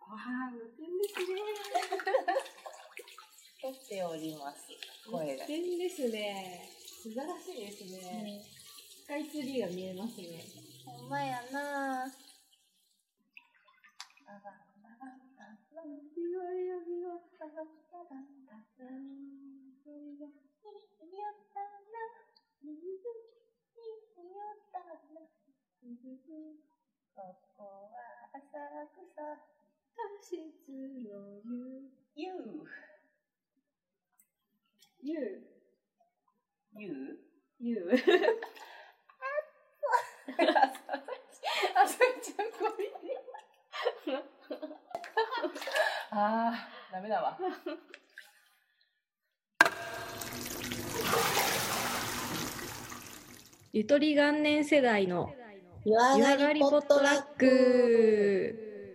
あ、無点ですね。 撮っております。声が。 無点ですね。素晴らしいですね。スカイツリーが見えますね。 ほんまやなぁ。ここは浅草。 多湿のゆう。あさみちゃんごめんね。あー、ダメだわ。 ゆとり元年世代の湯湯上がりポットラック。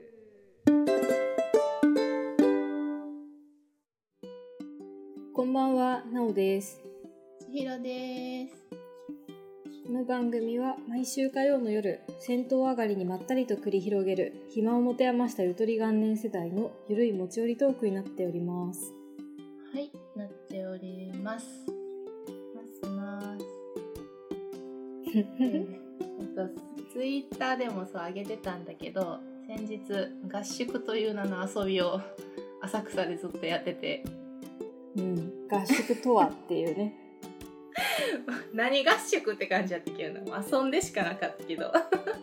こんばんは、なおです。 ちひろです。 この番組は毎週火曜の夜、銭湯上がりにまったりと繰り広げる暇を持て余したゆとり元年世代のゆるい持ち寄りトークになっております。 はい、なっております。ツイッターでもそう上げてたんだけど、先日合宿という名の遊びを浅草でずっとやってて、 合宿とはっていうね。 何合宿って感じだったけど、遊んでしかなかったけど。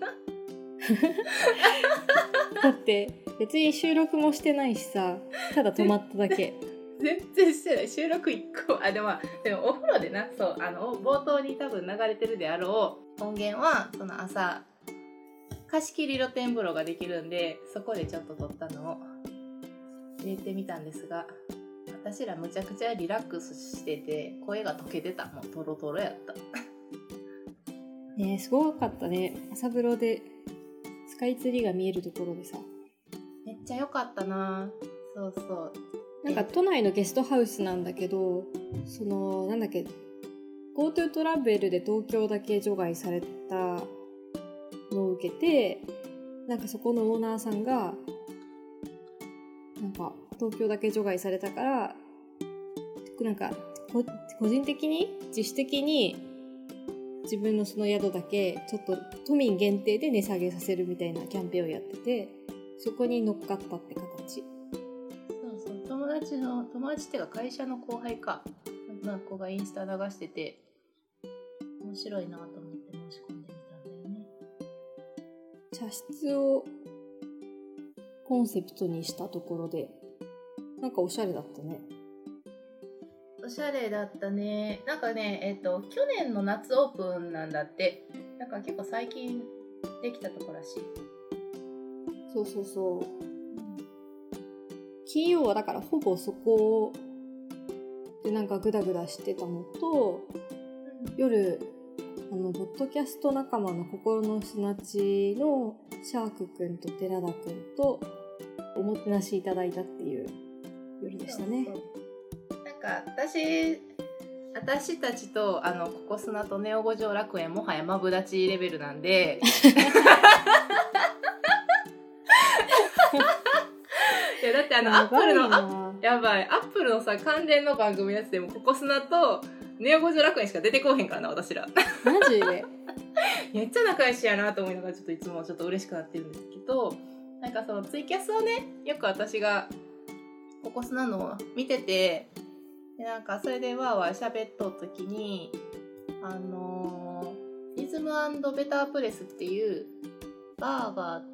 だって別に収録もしてないしさ、ただ泊まっただけ。 全然してない。収録1個。でもお風呂でな、そう、冒頭に多分流れてるであろう音源は、その朝、貸し切り露天風呂ができるんで、そこでちょっと撮ったのを入れてみたんですが、私らむちゃくちゃリラックスしてて、声が溶けてた。もうトロトロやった。 ねえ、すごかったね。朝風呂でスカイツリーが見えるところでさ。 めっちゃ良かったな。そうそう。 なんか都内のゲストハウスなんだけど、そのなんだっけ、GoTo トラベルで東京だけ除外されたのを受けて、なんかそこのオーナーさんがなんか東京だけ除外されたから、なんか個人的に自主的に自分のその宿だけちょっと都民限定で値下げさせるみたいなキャンペーンをやってて、そこに乗っかったって形。 そう、友達っていうか会社の後輩かの子がインスタ流してて面白いなと思って申し込んでみたんだよね。 茶室をコンセプトにしたところで、なんかおしゃれだったね。 おしゃれだったね。なんかね、去年の夏オープンなんだって。なんか結構最近できたとこらしい。 そう。金曜はだからほぼそこでなんかグダグダしてたのと、夜ポッドキャスト仲間の心の砂地のシャークくんと寺田くんとおもてなしいただいたっていう夜でしたね。 そうなんか私たちとココスナとネオ五条楽園もはやマブダチレベルなんでいやだってアップルのさ関連の番組のやつでもココスナとネオ五条楽園しか出てこうへんからな、私ら。 マジでめっちゃ仲良しやなと思いながらちょっといつもちょっと嬉しくなってるんですけど、なんかそのツイキャスをね、よく私がココスナのを見てて、でなんかそれでわーわー喋っとった時にリズム&ベタープレスっていうバーがあって、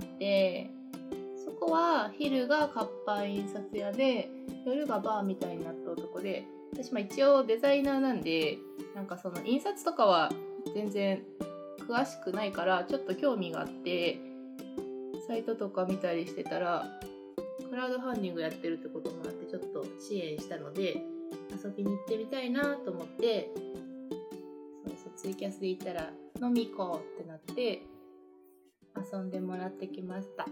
そこは昼が活版印刷屋で夜がバーみたいになったとこで、私一応デザイナーなんで、なんかその印刷とかは全然詳しくないからちょっと興味があってサイトとか見たりしてたら、クラウドファンディングやってるってこともあってちょっと支援したので遊びに行ってみたいなと思って、そうツイキャスで行ったら飲み行こうってなって遊んでもらってきました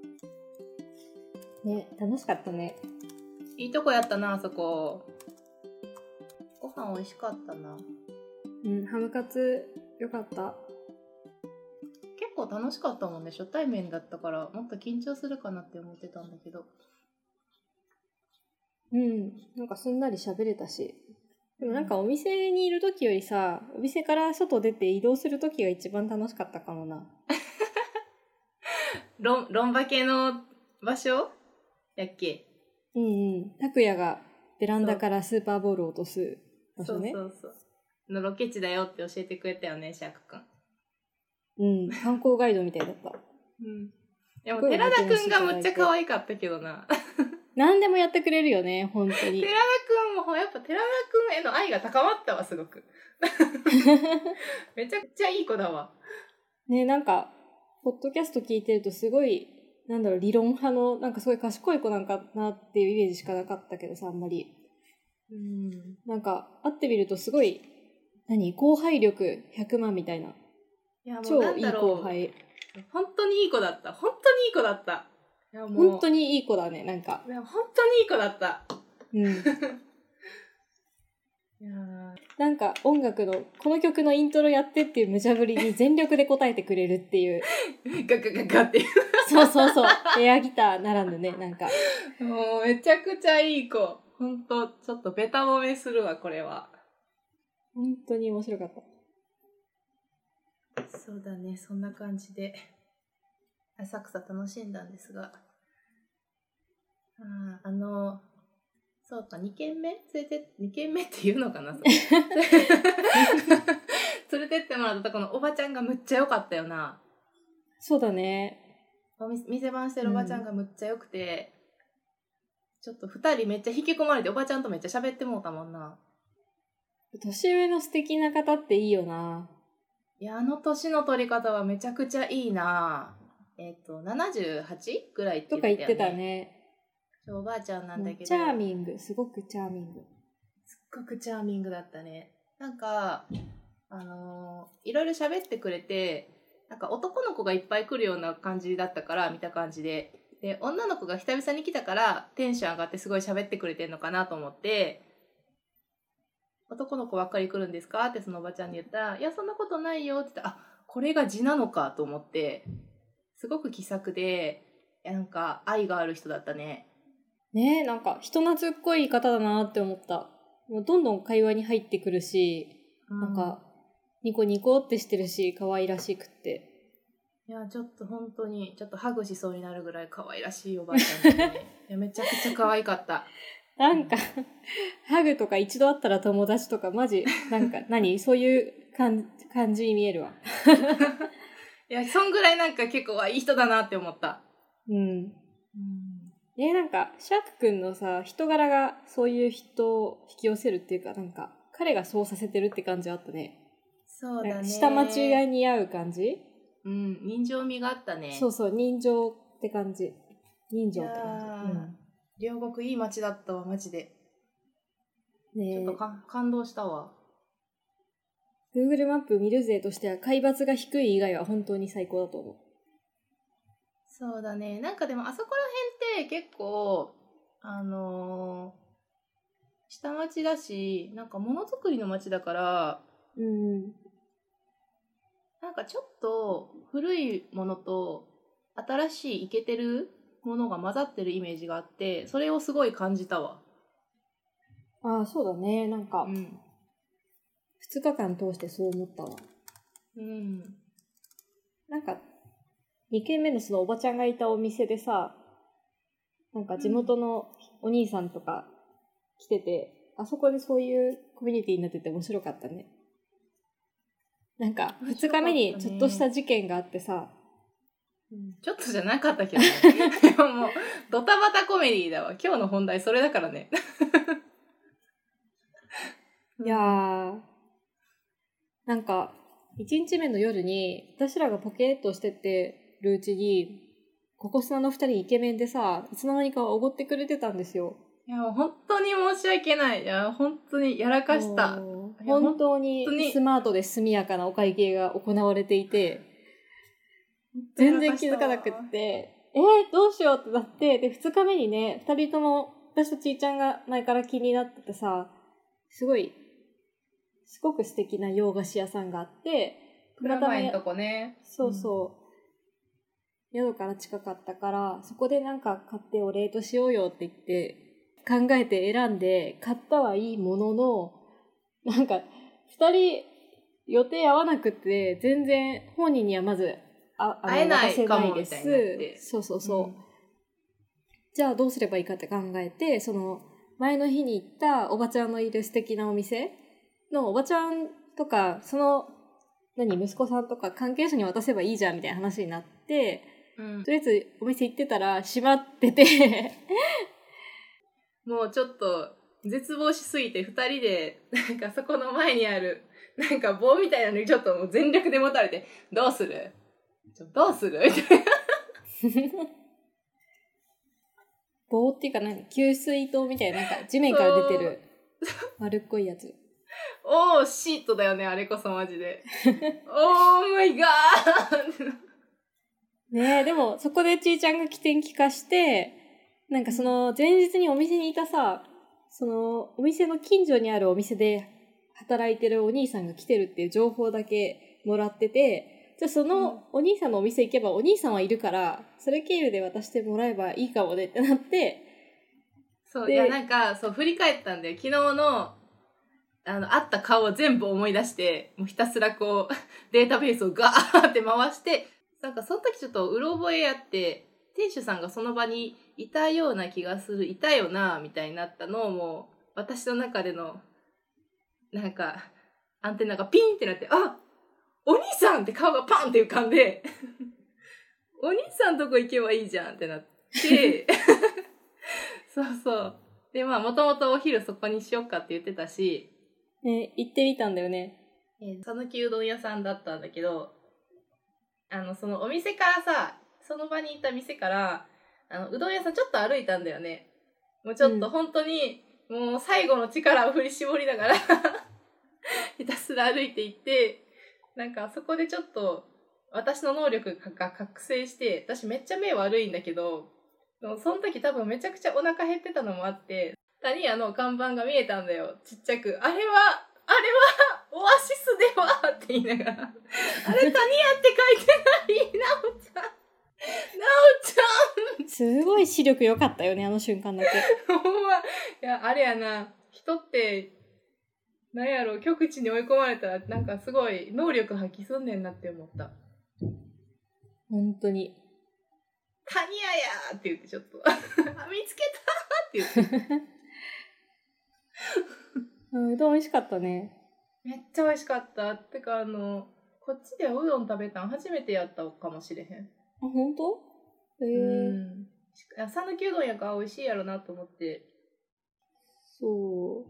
ね。楽しかったね。 いいとこやったな、あそこ。ご飯美味しかったな。 ハムカツよかった。 結構も楽しかったもんね。初対面だったからもっと緊張するかなって思ってたんだけど。 うん。なんかすんなり喋れたし。でもなんかお店にいる時よりさ、お店から外出て移動する時が一番楽しかったかもな。 ロンバ系の場所やっけ。 うんうん。拓也がベランダからスーパーボールを落とす場所ね。 そうのロケ地だよって教えてくれたよね、シャークくん。 うん。観光ガイドみたいだった。 うん。でも寺田くんがむっちゃ可愛かったけどな。 何でもやってくれるよね、本当に。 寺田くんもやっぱ寺田くんへの愛が高まったわ、すごく。めちゃくちゃいい子だわ。 ね、なんか、ポッドキャスト聞いてるとすごい、なんだろう、理論派の、なんかすごい賢い子なんかなっていうイメージしかなかったけどさ、あんまり。なんか、会ってみるとすごい、後輩力100万みたいな。 いや、もう超いい後輩。 本当にいい子だった。本当にいい子だった。いやもう本当にいい子だね、なんか。 いや本当にいい子だった。 うん。 いやなんか音楽のこの曲のイントロやってっていう無茶ぶりに全力で答えてくれるっていうガガガガっていうそうエアギターならぬね、なんかもうめちゃくちゃいい子。本当ちょっとベタ褒めするわ、これは。 本当に面白かった。 そうだね、そんな感じで浅草楽しんだんですが、そうか、2軒目って言うのかな連れてってもらったこのおばちゃんがむっちゃ良かったよな。 そうだね。 店番してるおばちゃんがむっちゃ良くて、ちょっと2人めっちゃ引き込まれておばちゃんとめっちゃ喋ってもうたもんな。 年上の素敵な方っていいよな。 いや、あの年の取り方はめちゃくちゃいいな。78ぐらいって言ってたよね。とか言ってたね。おばあちゃんなんだけど。 チャーミング、すごくチャーミング。 すっごくチャーミングだったね。なんか、いろいろ喋ってくれて、なんか男の子がいっぱい来るような感じだったから、見た感じで。で、女の子が久々に来たから、テンション上がってすごい喋ってくれてんのかなと思って、男の子ばっかり来るんですかってそのおばちゃんに言ったら、いや、そんなことないよって言ったら、あ、これが字なのかと思って、すごく気さくで、なんか愛がある人だったね。 ねえ、なんか人懐っこい方だなって思った。もうどんどん会話に入ってくるし、なんかニコニコってしてるし、可愛らしくって。 いや、ちょっと本当に、ちょっとハグしそうになるぐらい可愛らしいおばあちゃんで、ね、いやめちゃくちゃ可愛かった。 なんか、ハグとか一度会ったら友達とかマジ、なんかそういう感じに見えるわ。 いや、そんぐらいなんか結構いい人だなって思った。 なんか、シャークくんのさ、人柄がそういう人を引き寄せるっていうか、なんか、彼がそうさせてるって感じあったね。 そうだね。 下町が似合う感じ？ うん、人情味があったね。 そう、人情って感じ。人情って感じ。両国いい街だったわ、マジで。ね、ちょっと感動したわ。 Google マップ見る勢としては、海抜が低い以外は本当に最高だと思う。 そうだね。なんかでもあそこら辺って結構、下町だし、なんかものづくりの町だから、なんかちょっと古いものと新しいイケてるものが混ざってるイメージがあって、それをすごい感じたわ。 ああ、そうだね。なんか、2日間通してそう思ったわ。なんか、2軒目のそのおばちゃんがいたお店でさ、なんか地元のお兄さんとか来てて、あそこでそういうコミュニティになってて面白かったね。なんか、2日目にちょっとした事件があってさ、 ちょっとじゃなかったけどね。もう、ドタバタコメディだわ。今日の本題それだからね。 いやー、なんか、1日目の夜に、私らがポケーっとしててるうちに、ココスナの2人イケメンでさ、いつの間にかおごってくれてたんですよ。 いや、もう本当に申し訳ない。いや、本当にやらかした。 本当にスマートで速やかなお会計が行われていて、全然気づかなくって、どうしようってなって、で、2日目にね、2人とも、私とちーちゃんが前から気になっててさ、すごく素敵な洋菓子屋さんがあって、 プラマイのとこね。 そう。 宿から近かったから、そこでなんか買ってお礼としようよって言って考えて選んで買ったはいいものの、なんか2人予定合わなくて全然本人にはまず会えないかも渡せないでみたいになって。 す。そうそうそう。じゃあどうすればいいかって考えて、その前の日に行ったおばちゃんのいる素敵なお店のおばちゃんとか、その息子さんとか関係者に渡せばいいじゃんみたいな話になって、とりあえずお店行ってたら閉まっててもうちょっと絶望しすぎて2人でなんかそこの前にあるなんか棒みたいなのにちょっともう全力で持たれて、どうするどうするみたいな棒っていうか給水塔みたいな、なんか地面から出てる丸っこいやつ。 おーシートだよね、あれこそマジでオーマイガーねえ、でもそこでちーちゃんが起点聞かして、なんかその前日にお店にいたさ、そのお店の近所にあるお店で働いてるお兄さんが来てるっていう情報だけもらってて、じゃあそのお兄さんのお店行けばお兄さんはいるから、それ経由で渡してもらえばいいかもねってなって、 そういやなんかそう振り返ったんだよ、昨日の会った顔を全部思い出して、もうひたすらこうデータベースをガーって回して、なんかその時ちょっとうろ覚えやって、店主さんがその場にいたような気がする、いたよなみたいになったのを、もう私の中でのなんかアンテナがピンってなって、あ、お兄さんって顔がパンって浮かんでお兄さんとこ行けばいいじゃんってなってそうそうで、まあもともとお昼そこにしよっかって言ってたし、 ね、行ってみたんだよね。 讃岐うどん屋さんだったんだけど、そのお店からさ、その場にいた店からうどん屋さんちょっと歩いたんだよね。もうちょっと本当に、もう最後の力を振り絞りながらひたすら歩いていって、なんかそこでちょっと私の能力が覚醒して、私めっちゃ目悪いんだけど、その時多分めちゃくちゃお腹減ってたのもあって、タニヤの看板が見えたんだよ、ちっちゃく。あれはオアシスではって言いながら、あれタニヤって書いてない、なおちゃんすごい視力良かったよね、あの瞬間だけ。 ほんま、いや、あれやな、人って、なんやろ、極地に追い込まれたら、なんかすごい能力発揮すんねんなって思った。 本当に。 タニヤやーって言ってちょっと、あ、見つけたーって言って。 うどん美味しかったね。 めっちゃ美味しかった。てかこっちでおうどん食べたん初めてやったかもしれへん。 あ、本当？ 讃岐うどんやから美味しいやろなと思って。 そう。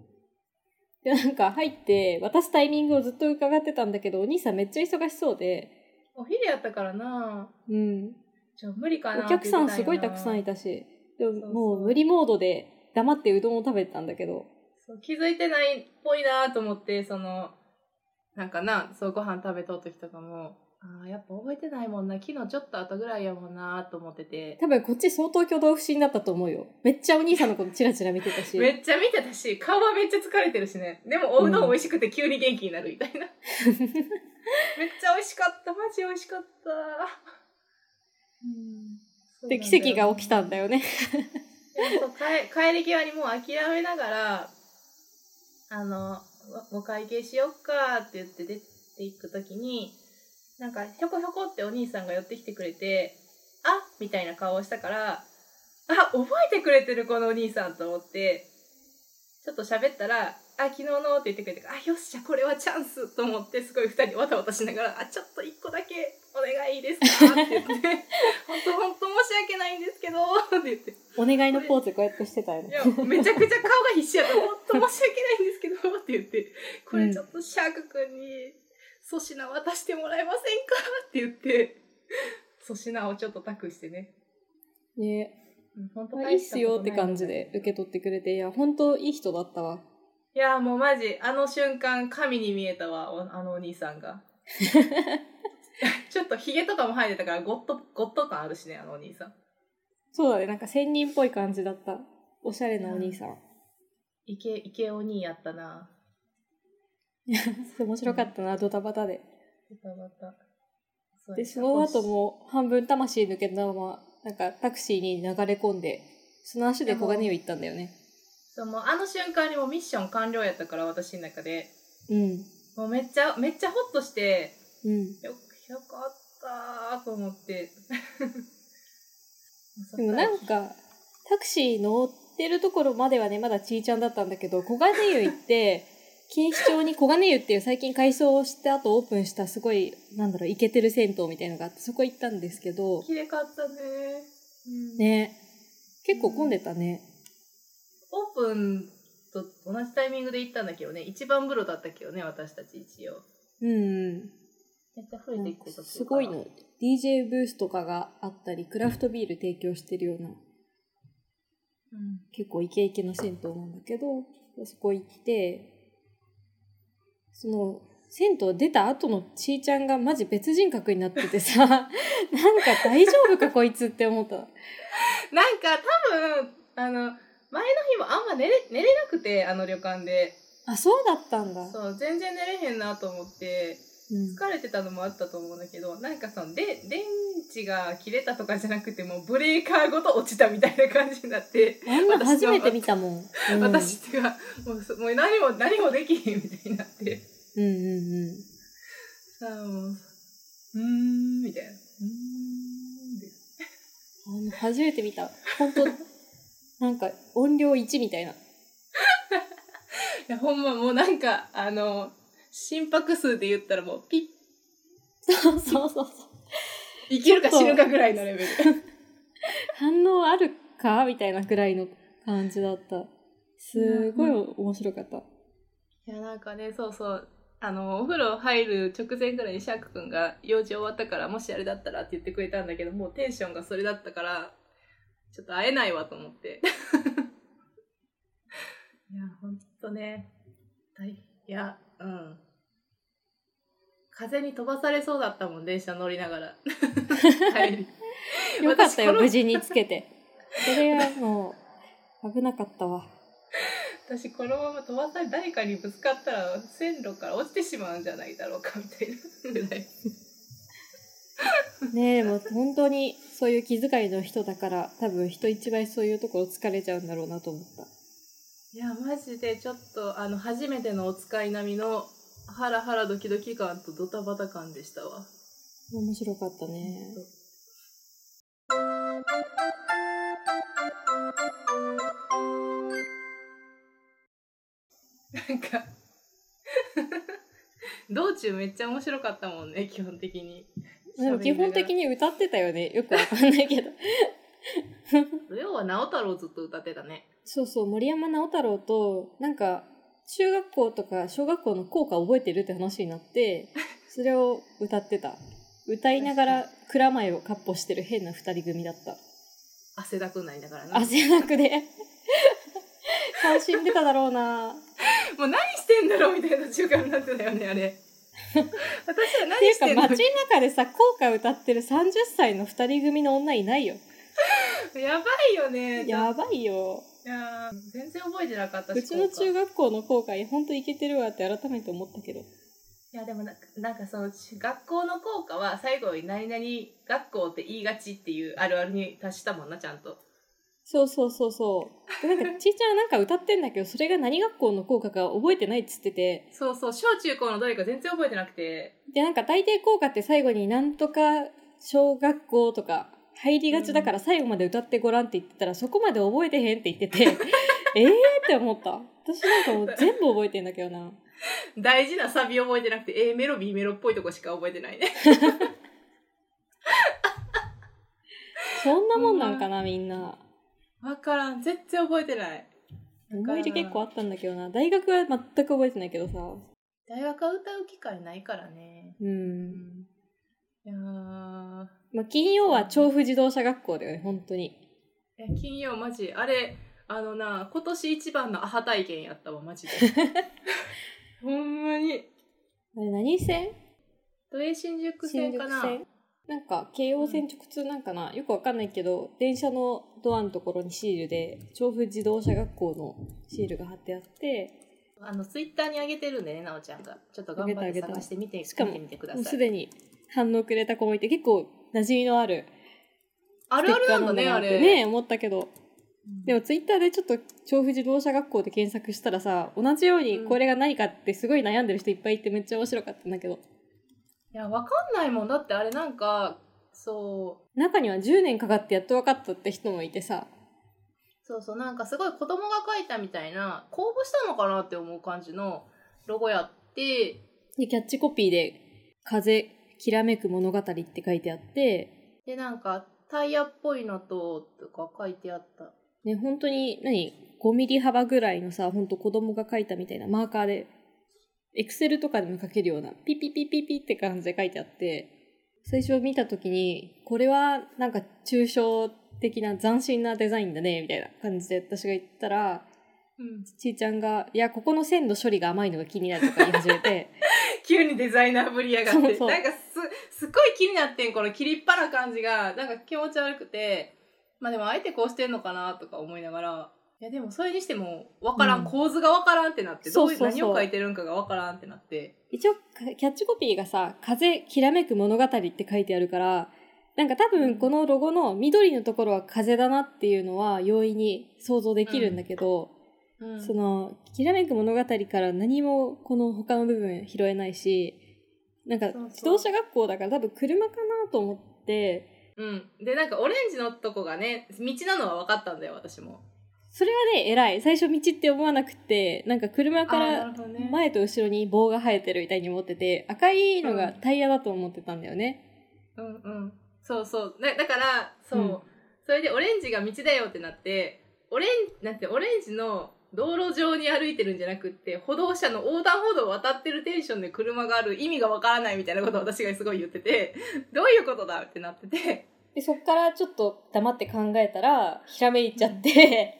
で、なんか入って渡すタイミングをずっと伺ってたんだけど、お兄さんめっちゃ忙しそうで。 お昼やったからな。 うん。 じゃあ無理かな。 お客さんすごいたくさんいたし、でももう無理モードで黙ってうどんを食べてたんだけど。 そう気づいてないっぽいなと思って、なんかな、そうご飯食べとう時とかも、やっぱ覚えてないもんな、昨日ちょっと後ぐらいやもんなと思ってて。 多分こっち相当挙動不審だったと思うよ。めっちゃお兄さんのことチラチラ見てたし。 めっちゃ見てたし、顔はめっちゃ疲れてるしね。でもおうどん美味しくて急に元気になるみたいな。めっちゃ美味しかった。マジ美味しかった。 で、奇跡が起きたんだよね。 帰り際にもう諦めながら、お会計しよっかって言って出ていくときに、なんかひょこひょこってお兄さんが寄ってきてくれて、あみたいな顔をしたから、覚えてくれてるこのお兄さんと思って、ちょっと喋ったら、昨日のって言ってくれて、よっしゃこれはチャンスと思って、すごい二人わたわたしながら、ちょっと一個だけお願いいいですかって言って、本当申し訳ないんですけどって言って、 お願いのポーズこうやってしてたよね。 いやめちゃくちゃ顔が必死やった。本当申し訳ないんですけどって言って、これちょっとシャークくんに粗品渡してもらえませんかって言って、粗品をちょっと託してね。 ね、いいっすよって感じで受け取ってくれて、いや本当いい人だったわ。 いやもうマジあの瞬間神に見えたわ、あのお兄さんが。ちょっとヒゲとかも生えてたからゴッド感あるしね、あのお兄さん。 そうだね、なんか仙人っぽい感じだった。おしゃれなお兄さん。 イケお兄やったな。 面白かったな、ドタバタで。 ドタバタ。 で、その後も半分魂抜けたまま、なんかタクシーに流れ込んで、その足で小金湯行ったんだよね。 そう、もうあの瞬間にもうミッション完了やったから、私の中で。 うん。 もうめっちゃホッとして、 うん。 よかったーと思って。 でもなんか、タクシー乗ってるところまではね、まだちーちゃんだったんだけど、小金湯行って、錦糸町に小金湯っていう最近改装して後オープンしたすごい、イケてる銭湯みたいなのがあって、そこ行ったんですけど。 綺麗かったね。 ね。結構混んでたね。 オープンと同じタイミングで行ったんだけどね、一番風呂だったけどね、私たち一応。 うん。 めっちゃ増えていくとすごいの。DJ ブースとかがあったり、クラフトビール提供してるような、結構イケイケな銭湯なんだけど、そこ行って、その、銭湯出た後のちーちゃんがマジ別人格になっててさ、なんか大丈夫かこいつって思った。 なんか多分、前の日もあんま寝れなくて、あの旅館で。 あ、そうだったんだ。 そう、全然寝れへんなと思って、疲れてたのもあったと思うんだけど、なんか電池が切れたとかじゃなくて、もうブレーカーごと落ちたみたいな感じになって、 あんな初めて見たもん。 私がもう何もできへんみたいになって。さあもう、みたいな。 初めて見た。本当なんか音量1みたいな。いや、ほんまもうなんか、心拍数で言ったらもうピッ。 そう。 生きるか死ぬかぐらいのレベル。 反応あるかみたいなぐらいの感じだった。すごい面白かった。いや、なんかね、そう。お風呂入る直前ぐらいにシャークくんが用事終わったから、もしあれだったらって言ってくれたんだけど、もうテンションがそれだったから、ちょっと会えないわと思って。いや、ほんとね。いや、風に飛ばされそうだったもん、電車乗りながら。 よかったよ、無事につけて。それはもう、危なかったわ。 私、このまま飛ばされ、誰かにぶつかったら、線路から落ちてしまうんじゃないだろうか、みたいなぐらい。 ねえ、でも本当にそういう気遣いの人だから、多分人一倍そういうところ疲れちゃうんだろうなと思った。 いや、マジでちょっと、初めてのお使い並みの、ハラハラドキドキ感とドタバタ感でしたわ。 面白かったね。 なんか道中めっちゃ面白かったもんね、基本的に。 でも基本的に歌ってたよね。よくわかんないけど。 要は直太朗ずっと歌ってたね。 そう、森山直太朗と、なんか、中学校とか小学校の校歌覚えてるって話になって、それを歌ってた。歌いながら蔵前をかっ歩してる変な二人組だった。 汗だくないんだからね。 汗だくで。楽しんでただろうな。 もう何してんだろうみたいな中間になってたよね、あれ。私は何してんのっていうか街の中でさ、校歌歌ってる30歳の二人組の女いないよ。 やばいよね。 やばいよ。 いや全然覚えてなかったし。 うちの中学校の校歌ほんとイケてるわって改めて思ったけど。 いやでもなんかその学校の校歌は最後に何々学校って言いがちっていうあるあるに達したもんな、ちゃんと。 そう。でなんかちいちゃんなんか歌ってんだけど、それが何学校の校歌か覚えてないっつってて。 そう、小中高のどれか全然覚えてなくて。 でなんか大抵校歌って最後になんとか小学校とか入りがちだから最後まで歌ってごらんって言ってたら、そこまで覚えてへんって言っててって思った。私なんかもう全部覚えてんだけどな。 大事なサビ覚えてなくて A メロ B メロっぽいとこしか覚えてないね。 そんなもんなんかな、みんな。 わからん、全然覚えてない。 思い出結構あったんだけどな。大学は全く覚えてないけどさ。 大学は歌う機会ないからね。いやまあ、金曜は調布自動車学校だよね、本当に。 金曜マジあれ今年一番のアハ体験やったわ、マジで。ほんまに。 あれ何線？ 都営新宿線かな。 なんか京王線直通なんかな、よくわかんないけど、電車のドアのところにシールで調布自動車学校のシールが貼ってあって、 ツイッターに上げてるんでね、なおちゃんがちょっと頑張って探してみてください。 もうすでに反応くれた子もいて、結構馴染みのあるあるあるなんだね、あれ。 ね、思ったけど。でもツイッターでちょっと調布自動車学校で検索したらさ、同じようにこれが何かってすごい悩んでる人いっぱいいてめっちゃ面白かったんだけど。 いや、わかんないもん。だってあれなんか、 中には10年かかってやっと分かったって人もいてさ。 そうそう、なんかすごい子供が書いたみたいな、公募したのかなって思う感じのロゴやって、 で、キャッチコピーで、風、きらめく物語って書いてあって、 で、なんかタイヤっぽいのとか書いてあった。 ね、本当に、5ミリ幅ぐらいのさ、本当子供が書いたみたいなマーカーで、エクセルとかでも書けるような、ピピピピピって感じで書いてあって、最初見たときに、これはなんか抽象的な斬新なデザインだね、みたいな感じで私が言ったら、ちーちゃんが、いや、ここの線の処理が甘いのが気になるとか言い始めて、 急にデザイナーぶりやがって。 そうそうなんかすっごい気になってん、この切りっぱな感じが、なんか気持ち悪くて、まあでもあえてこうしてんのかなとか思いながら、いやでもそれにしても分からん、構図が分からんってなって、 そうそうそう何を書いてるんかが分からんってなって。 一応、キャッチコピーがさ、風きらめく物語って書いてあるから、なんか多分このロゴの緑のところは風だなっていうのは容易に想像できるんだけど、その、きらめく物語から何もこの他の部分拾えないし、なんか自動車学校だから多分車かなと思って、 で、なんかオレンジのとこがね、道なのは分かったんだよ、私も。 それはね、偉い。最初道って思わなくて、なんか車から前と後ろに棒が生えてるみたいに思ってて、赤いのがタイヤだと思ってたんだよね。 そうそう。だから、そう、それでオレンジが道だよってなって、オレンジの道路上に歩いてるんじゃなくって、歩道車の横断歩道を渡ってるテンションで車がある意味がわからないみたいなことを私がすごい言ってて、どういうことだってなってて。 で、そっからちょっと黙って考えたら、ひらめいちゃって、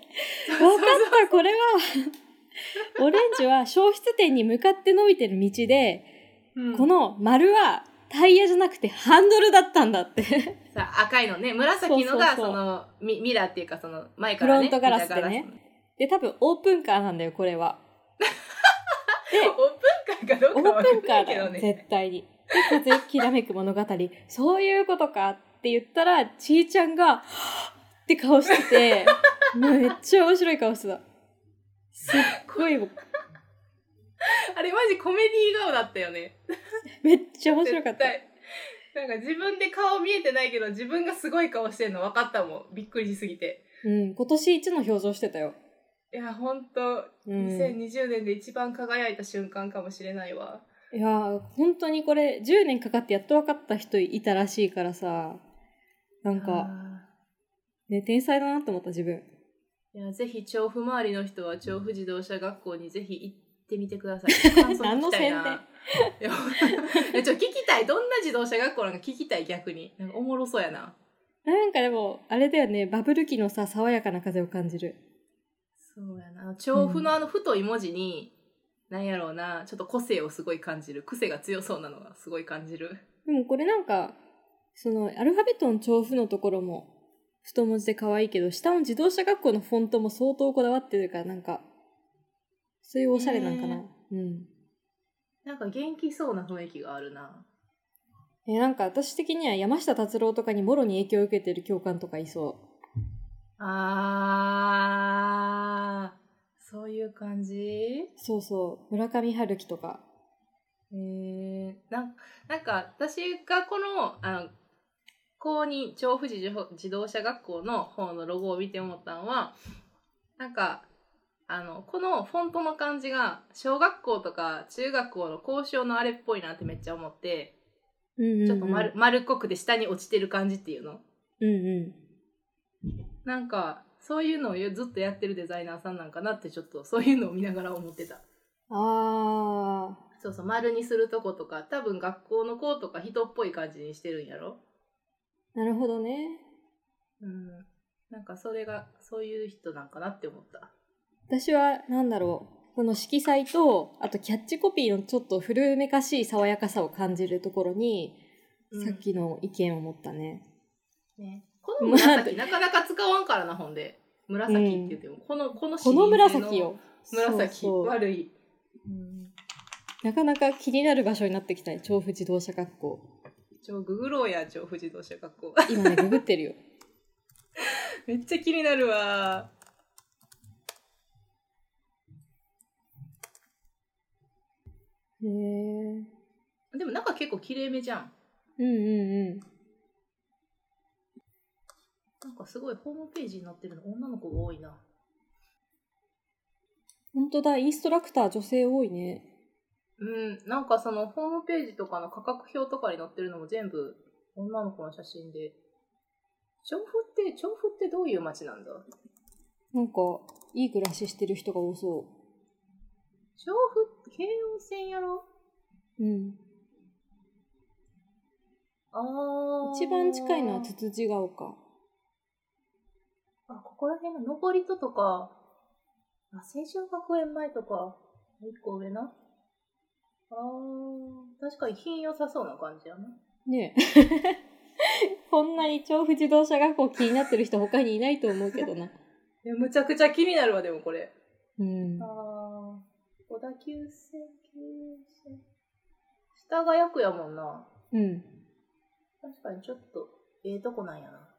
わかった、これは、オレンジは消失点に向かって伸びてる道で、この丸はタイヤじゃなくてハンドルだったんだって。 さあ、赤いのね、紫のがそのミラーっていうかその前からね。 フロントガラスでね。で、多分オープンカーなんだよ、これは。 で、オープンカーかどうかわかんないけどね。 絶対に。で、風きらめく物語。そういうことかって言ったら、ちーちゃんが、って顔してて、めっちゃ面白い顔してた。すっごい。 あれマジコメディー顔だったよね。 めっちゃ面白かった。 なんか自分で顔見えてないけど、自分がすごい顔してるの分かったもん。びっくりしすぎて。 今年一の表情してたよ。 いや、ほんと、2020年で一番輝いた瞬間かもしれないわ。 いや、本当にこれ、10年かかってやっと分かった人いたらしいからさ、なんか、ね、天才だなって思った自分。 いや、ぜひ調布周りの人は調布自動車学校にぜひ行ってみてください。 何の宣伝？ いや聞きたい。どんな自動車学校なんか聞きたい、逆に。なんかおもろそうやな。 なんかでも、あれだよね、バブル期のさ、爽やかな風を感じる。 そうやな。調布の太い文字に、なんやろうな、ちょっと個性をすごい感じる。癖が強そうなのがすごい感じる。 でもこれなんか、その、アルファベットの調布のところも、太文字で可愛いけど、下の自動車学校のフォントも相当こだわってるから、なんか、そういうおしゃれなんかな。 なんか元気そうな雰囲気があるな。 なんか私的には山下達郎とかにもろに影響を受けてる教官とかいそう。 そういう感じ？ そうそう。村上春樹とか。 なんか私がこの、公認調布自動車学校の方のロゴを見て思ったのは、なんか、このフォントの感じが小学校とか中学校の校章のあれっぽいなってめっちゃ思って、ちょっと丸っこくて下に落ちてる感じっていうの。なんか、そういうのをずっとやってるデザイナーさんなんかなってちょっとそういうのを見ながら思ってた。そうそう、丸にするとことか、多分学校の子とか人っぽい感じにしてるんやろ？ なるほどね。 なんかそれが、そういう人なんかなって思った。 私は、なんだろう、この色彩と、あとキャッチコピーのちょっと古めかしい爽やかさを感じるところに、さっきの意見を持ったね。 この紫、なかなか使わんからな、ほんで。紫って言っても、この紫よ。 紫、悪い。 なかなか気になる場所になってきたね、調布自動車学校。 ググろうや、調布自動車学校。 今ね、ググってるよ。 めっちゃ気になるわ。 へえ。 でも中結構綺麗めじゃん。 うんうんうん。 なんかすごいホームページに載ってるの女の子が多いな。 ほんとだ、インストラクター女性多いね。 うん、なんかそのホームページとかの価格表とかに載ってるのも全部女の子の写真で。調布ってどういう街なんだ？ なんか、いい暮らししてる人が多そ調布、京王線やろ？ う。うん。一番近いのはつつじが丘。 あ、ここら辺の登戸とか、あ、青春学園前とか、一個上な。確かに品良さそうな感じやな。 ねえ。こんなに調布自動車学校気になってる人他にいないと思うけどな。 いや、むちゃくちゃ気になるわ、でもこれ。 うん。 小田急線、下が役やもんな。 うん。 確かにちょっと、とこなんやな。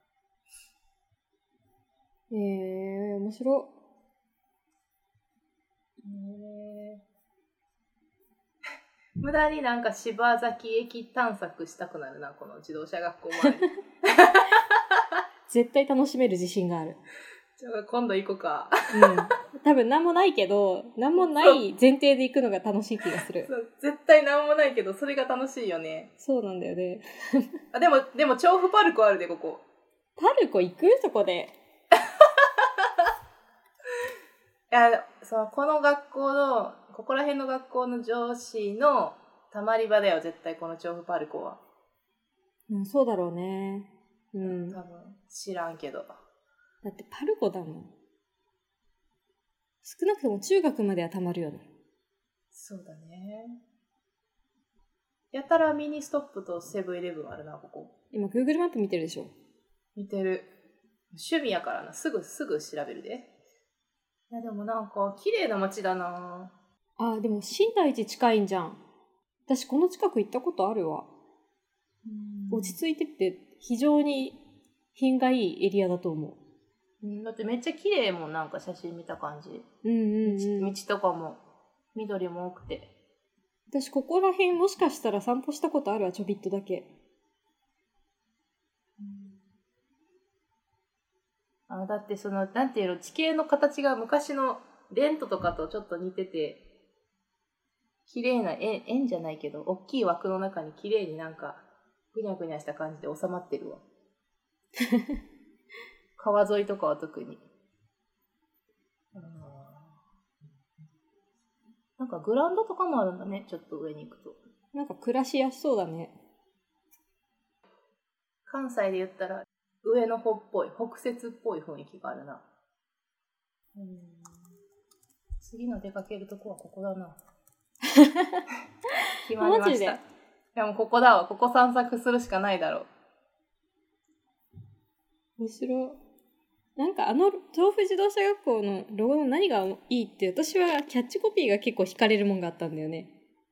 面白。 無駄になんか柴崎駅探索したくなるな、この自動車学校周り。 絶対楽しめる自信がある。 じゃあ今度行こうか。 うん。多分何もないけど、何もない前提で行くのが楽しい気がする。 そう絶対何もないけど、それが楽しいよね。 そうなんだよね。 あ、でも調布パルコあるで、ここ。 パルコ行く？そこで。 いや、この学校の、ここら辺の学校の上司のたまり場だよ、絶対この調布パルコは。 うん、そうだろうね。うん。 多分、知らんけど。 だってパルコだもん。少なくとも中学まではたまるよね。 そうだね。やたらミニストップとセブンイレブンあるな、ここ。 今 Google マップ見てるでしょ。 見てる。趣味やからな、すぐ調べるで。いや、でもなんか、綺麗な街だな。 あ、でも新大寺近いんじゃん。私この近く行ったことあるわ。落ち着いてて非常に品がいいエリアだと思う。だってめっちゃ綺麗もん、なんか写真見た感じ。道とかも緑も多くて。 私ここら辺もしかしたら散歩したことあるわ、ちょびっとだけ。 だってなんていうの、地形の形が昔のレントとかとちょっと似てて、綺麗な円じゃないけど、大きい枠の中に綺麗になんか、ぐにゃぐにゃした感じで収まってるわ。川沿いとかは特に。なんかグラウンドとかもあるんだね、ちょっと上に行くと。 なんか暮らしやすそうだね。 関西で言ったら、上の方っぽい、北摂っぽい雰囲気があるな。次の出かけるとこはここだな。決まりました。いやもうここだわ。ここ散策するしかないだろう。面白い。なんか調布自動車学校のロゴの何がいいって、私はキャッチコピーが結構惹かれるもんがあったんだよね。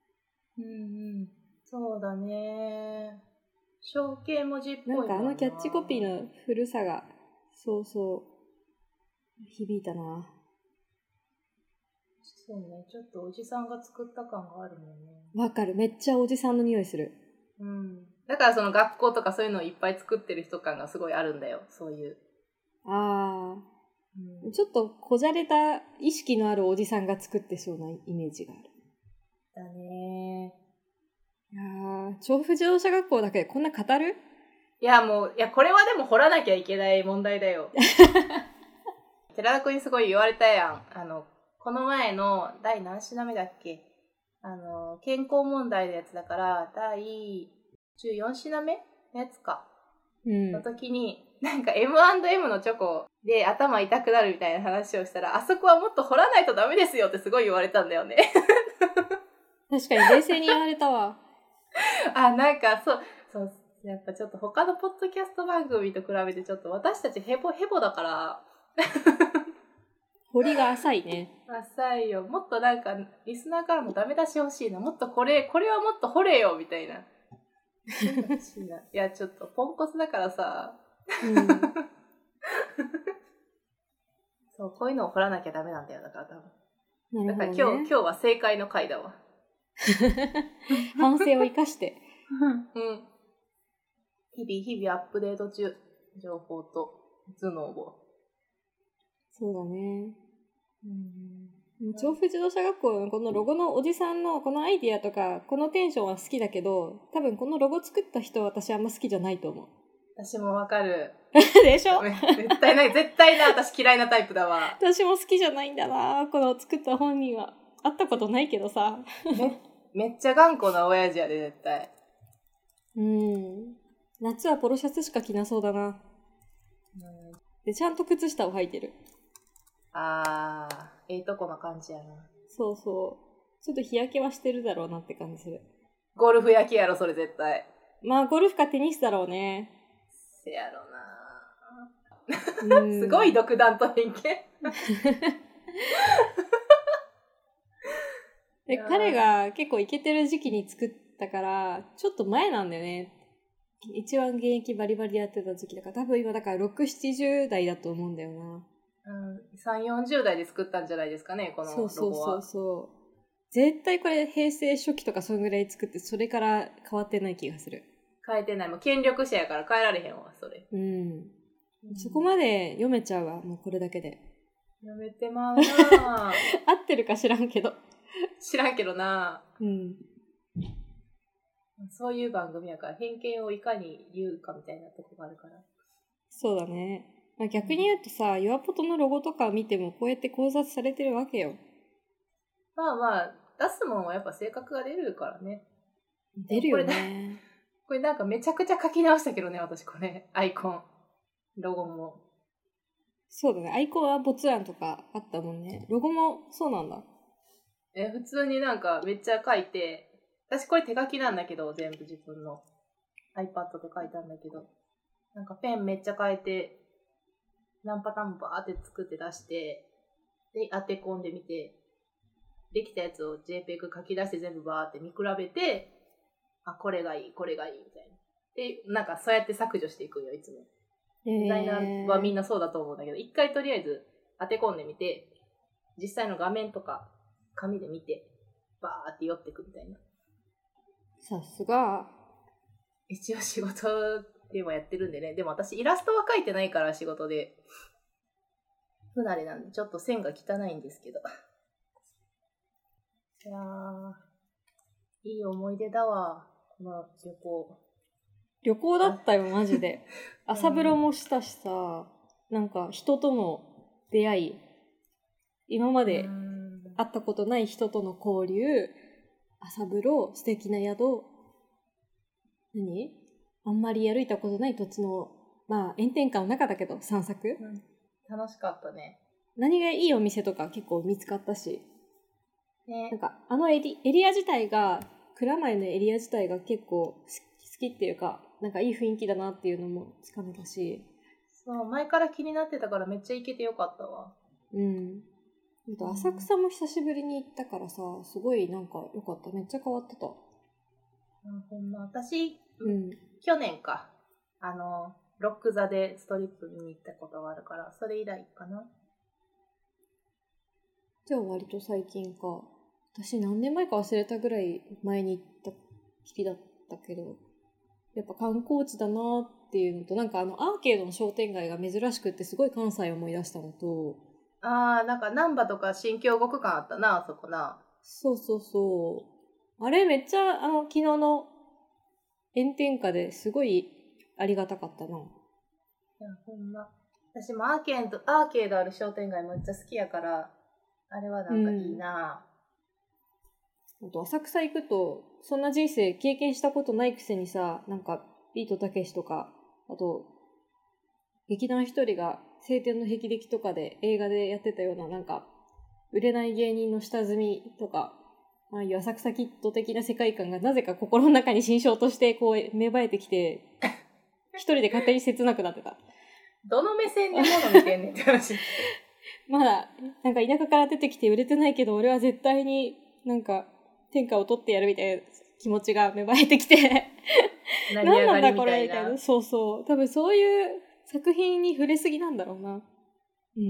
そうだね。象形文字っぽいなんかキャッチコピーの古さがそう響いたな。 そうね、ちょっとおじさんが作った感があるもんね。 わかる、めっちゃおじさんの匂いする。 だから学校とかそういうのをいっぱい作ってる人感がすごいあるんだよ、そういう。 ちょっとこじゃれた意識のあるおじさんが作ってそうなイメージがある。 だね。 いやー、調布自動車学校だけでこんな語る？ いやこれはでも掘らなきゃいけない問題だよ。寺田くんにすごい言われたやん。この前の第何品目だっけ？健康問題のやつだから、第14品目のやつか。の時に、なんか M&M のチョコで頭痛くなるみたいな話をしたら、あそこはもっと掘らないとダメですよってすごい言われたんだよね。 確かに冷静に言われたわ。 なんかそう、やっぱちょっと他のポッドキャスト番組と比べてちょっと私たちヘボだから、 掘りが浅いね。 浅いよ。もっとなんかリスナーからもダメ出し欲しいな。もっとこれはもっと掘れよみたいな。 いや、ちょっとポンコツだからさ、そう、こういうのを掘らなきゃダメなんだよ、だから多分。だから今日は正解の回だわ。 反省を生かして。 日々アップデート中、情報と頭脳を。 そうだね。調布自動車学校のこのロゴのおじさんのこのアイディアとかこのテンションは好きだけど、多分このロゴ作った人は私あんま好きじゃないと思う。 私もわかる。 でしょ？ 絶対な私嫌いなタイプだわ。 私も好きじゃないんだな、この作った本人は。会ったことないけどさ。 めっちゃ頑固な親父やで、絶対。 夏はポロシャツしか着なそうだな。で、ちゃんと靴下を履いてる。 とこの感じやな。 そうそう。ちょっと日焼けはしてるだろうなって感じする。 ゴルフ焼きやろ、それ絶対。 まあ、ゴルフかテニスだろうね。 せやろな。すごい独断と偏見。 で、彼が結構イケてる時期に作ったから、ちょっと前なんだよね。一番現役バリバリやってた時期だから、多分今だから6、70代だと思うんだよな。 3、40代で作ったんじゃないですかね、このロゴは。 そう。絶対これ平成初期とかそんぐらい作って、それから変わってない気がする。 変えてない。もう権力者やから変えられへんわ、それ。 そこまで読めちゃうわ、もうこれだけで。 読めてまうな合ってるか知らんけど。 知らんけどなそういう番組やから偏見をいかに言うかみたいなとこがあるから。 そうだね。まあ、逆に言うとさ、ユアポトのロゴとか見てもこうやって考察されてるわけよ。 まあ、出すもんはやっぱ性格が出るからね。 出るよね。 これなんかめちゃくちゃ書き直したけどね、私これ。アイコン。ロゴも。 そうだね。アイコンは没案とかあったもんね。ロゴもそうなんだ。 普通になんかめっちゃ書いて、私これ手書きなんだけど、全部自分の iPad で書いたんだけど、なんかペンめっちゃ書いて、何パターンもバーって作って出して、で、当て込んでみて、できたやつを JPEG 書き出して全部バーって見比べて、これがいい、これがいいみたいな。で、なんかそうやって削除していくよ、いつも。デザイナーはみんなそうだと思うんだけど、一回とりあえず当て込んでみて、実際の画面とか紙で見て、バーって寄っていくみたいな。 さすが。 一応仕事でもやってるんでね。でも私イラストは描いてないから仕事で。不慣れなんでちょっと線が汚いんですけど。いやー、いい思い出だわ。この旅行。 旅行だったよ、マジで。朝風呂もしたしさ、なんか人との出会い、今まで会ったことない人との交流、朝風呂、素敵な宿、あんまり歩いたことない土地の、まあ炎天下の中だけど散策、 楽しかったね。 何がいいお店とか結構見つかったし、なんかエリア自体が、蔵前のエリア自体が結構好きっていうか、なんかいい雰囲気だなっていうのもつかめたし。 そう、前から気になってたからめっちゃ行けてよかったわ。 浅草も久しぶりに行ったからさ、すごいなんかよかった。めっちゃ変わってた。 ほんま、私、去年か。ロック座でストリップ見に行ったことがあるから、それ以来かな。 じゃあ割と最近か。私何年前か忘れたぐらい前に行ったきりだったけど、やっぱ観光地だなっていうのと、なんかアーケードの商店街が珍しくってすごい関西を思い出したのと、 なんか難波とか新京極感あったな、あそこな。 そう。あれめっちゃ昨日の炎天下ですごいありがたかったな。いや、ほんま。私もアーケードある商店街めっちゃ好きやから、あれはなんかいいな。 あと浅草行くと、そんな人生経験したことないくせにさ、なんかビートたけしとか、あと劇団ひとりが青天の霹靂とかで映画でやってたような、なんか売れない芸人の下積みとか、ああいう浅草キッド的な世界観がなぜか心の中に心象としてこう芽生えてきて、一人で勝手に切なくなってた。 どの目線で物見てんねんって話。 まだなんか田舎から出てきて売れてないけど、俺は絶対になんか天下を取ってやるみたいな気持ちが芽生えてきて成何なんだり上がりみこれみたいたいな。 な。そうそう、多分そういう作品に触れすぎなんだろうな。うん。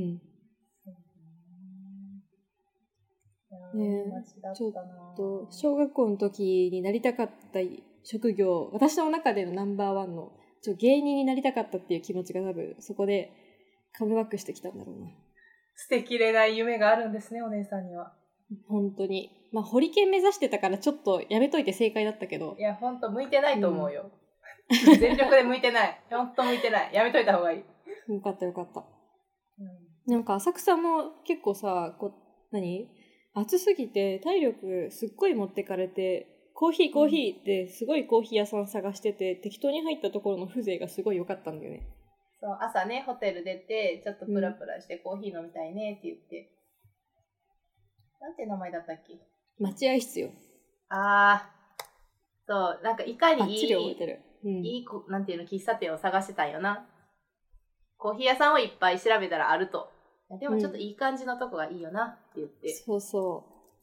ねえ、ちょっと小学校の時になりたかった職業、私の中でのナンバーワンの芸人になりたかったっていう気持ちが多分そこでカムバックしてきたんだろうな。 捨てきれない夢があるんですね、お姉さんには。 本当に。まあホリケン目指してたからちょっとやめといて正解だったけど。 いや、ほんと向いてないと思うよ。全力で向いてない。ほんと向いてない。やめといた方がいい。 よかったよかった。なんか浅草も結構さ、暑すぎて体力すっごい持ってかれて、コーヒーってすごいコーヒー屋さん探してて、適当に入ったところの風情がすごい良かったんだよね。 そう、朝ね、ホテル出て、ちょっとプラプラしてコーヒー飲みたいねって言って。なんて名前だったっけ？ 待合室よ。 あー。そう、なんかいかにいい、 バッチリ覚えてる。 いい、なんていうの、喫茶店を探してたんよな。コーヒー屋さんをいっぱい調べたらあると。でもちょっといい感じのとこがいいよなって言って。 そうそう。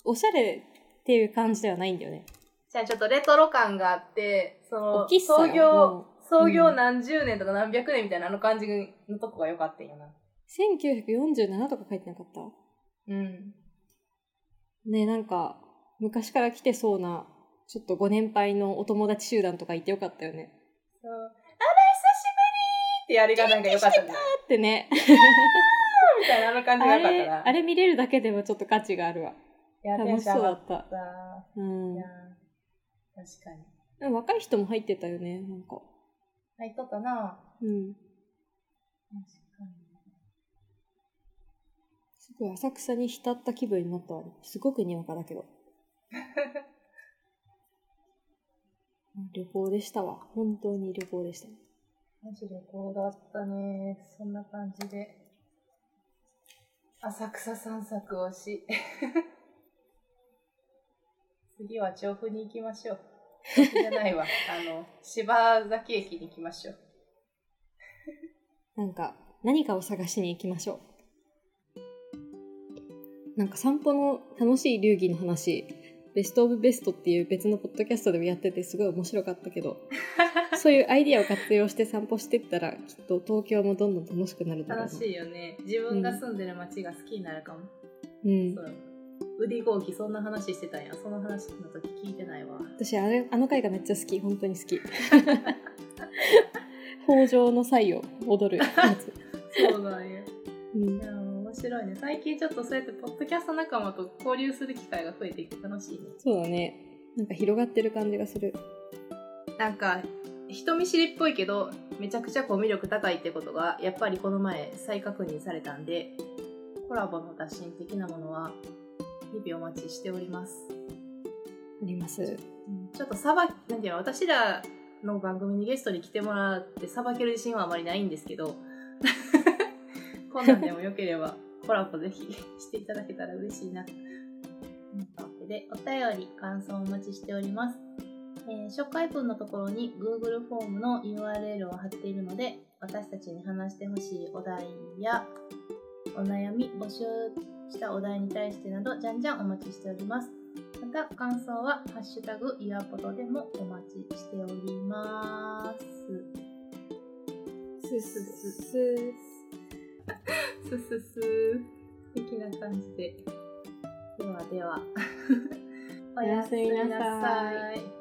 おしゃれっていう感じではないんだよね。 じゃあちょっとレトロ感があって、その、創業何十年とか何百年みたいなあの感じのとこが良かったんよな。 1947とか書いてなかった？ うん。 ね、なんか、昔から来てそうな、ちょっとご年配のお友達集団とかいてよかったよね。 そう。あら、久しぶりってやりがなんか良かったんだよ。 ってね。 みたいなあの感じが良かったな。 あれ見れるだけでもちょっと価値があるわ。 いや、 楽しそうだった。 うん。いや、確かに。 でも若い人も入ってたよね、なんか。 入っとったな。 うん。 確かに。 すごい浅草に浸った気分になったわね。すごくにわかだけど。旅行でしたわ。本当に旅行でしたね。 マジ旅行だったね。そんな感じで。浅草散策をし。次は調布に行きましょう。調布じゃないわ。柴崎駅に行きましょう。 なんか、何かを探しに行きましょう。なんか散歩の楽しい流儀の話、ベストオブベストっていう別のポッドキャストでもやっててすごい面白かったけど、そういうアイディアを活用して散歩していったらきっと東京もどんどん楽しくなるだろうな。 楽しいよね。自分が住んでる街が好きになるかも。 うん。 そうウディゴーキそんな話してたんや。その話の時聞いてないわ。 私あの回がめっちゃ好き。本当に好き。北条の際を踊るやつ。 そうなんや。うん、いや面白いね。最近ちょっとそうやってポッドキャスト仲間と交流する機会が増えていて楽しいね。 そうだね。なんか広がってる感じがする。 なんか人見知りっぽいけどめちゃくちゃコミュ力高いってことがやっぱりこの前再確認されたんで、コラボの打診的なものは日々お待ちしております。 あります。 ちょっとなんていうの、私らの番組にゲストに来てもらってさばける自信はあまりないんですけどこんなんでもよければコラボぜひしていただけたら嬉しいなと思ったわけで、お便り感想をお待ちしております。紹介文のところに Google フォームの URL を貼っているので、私たちに話してほしいお題やお悩み、募集したお題に対してなどじゃんじゃんお待ちしております。また感想はハッシュタグイワポトでもお待ちしております。すすすすすすす的な感じで、ではではおやすみなさい。